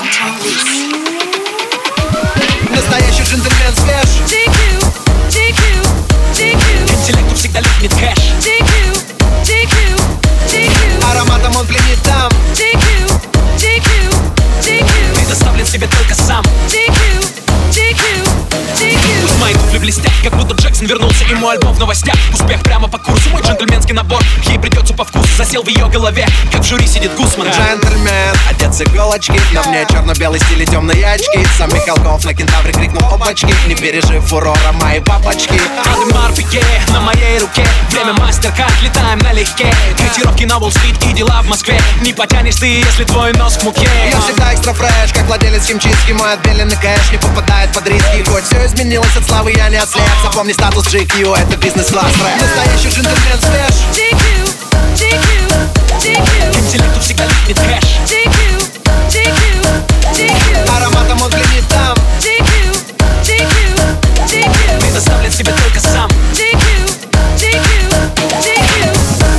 Настоящий джентльмен свеж. GQ, GQ, GQ. Интеллекту всегда липнет кэш. GQ, GQ, GQ. Ароматом он пленит там. GQ, GQ, GQ. Предоставлен себе только сам. GQ, GQ, GQ. Пусть мои туфли блестят, как будто Джексон вернулся, и мой альбом в новостях. Успех прямо по курсу, мой джентльменский набор ей придется по вкусу, засел в ее голове, как в жюри сидит Гусман. Джентльмен, одет с иголочки. На мне черно-белый стиль и темные очки. Сам Михалков на кентавре крикнул опачки, не пережив фурора мои папочки. Адемар Пике на моей руке. Время мастер-карт, летаем налегке. Котировки на Уолл-стрит и дела в Москве. Не потянешь ты, если твой нос в муке. Я всегда экстра фреш, как владелец химчистки. Мой отбеленный кэш не попадает под риски. Хоть все изменилось от славы, я не ослеп. Запомни статус GQ, это бизнес-класс рэп. Настоящий джентльмен свеж. GQ, GQ, GQ. Интеллекту всегда липнет кэш. GQ, GQ, GQ. Ароматом он пленит там. GQ, GQ, GQ. Предоставлен себе только сам. GQ, GQ, GQ.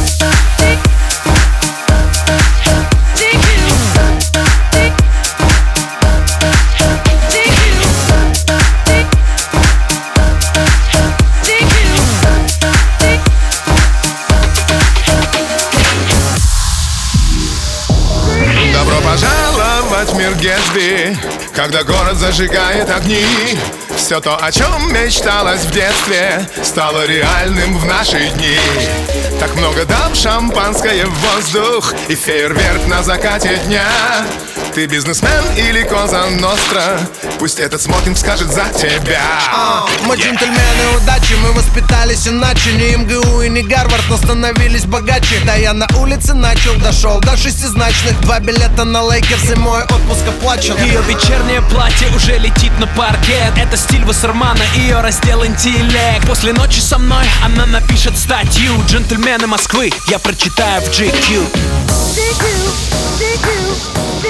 Добро пожаловать в мир Гэтсби, когда город зажигает огни. Все то, о чем мечталось в детстве, стало реальным в наши дни. Так много дам, шампанское в воздух и фейерверк на закате дня. Ты бизнесмен или Коза Ностра, пусть этот смокинг скажет за тебя. Мы джентльмены удачи, мы воспитались иначе. Не МГУ и не Гарвард, но становились богаче. Да я на улице начал, дошел до шестизначных. 2 билета на Лейкерс и мой отпуск оплачен. Ее вечернее платье уже летит на паркет. Это стиль Вассермана, ее раздел интеллект. После ночи со мной она напишет статью. Джентльмены Москвы я прочитаю в GQ. GQ, GQ,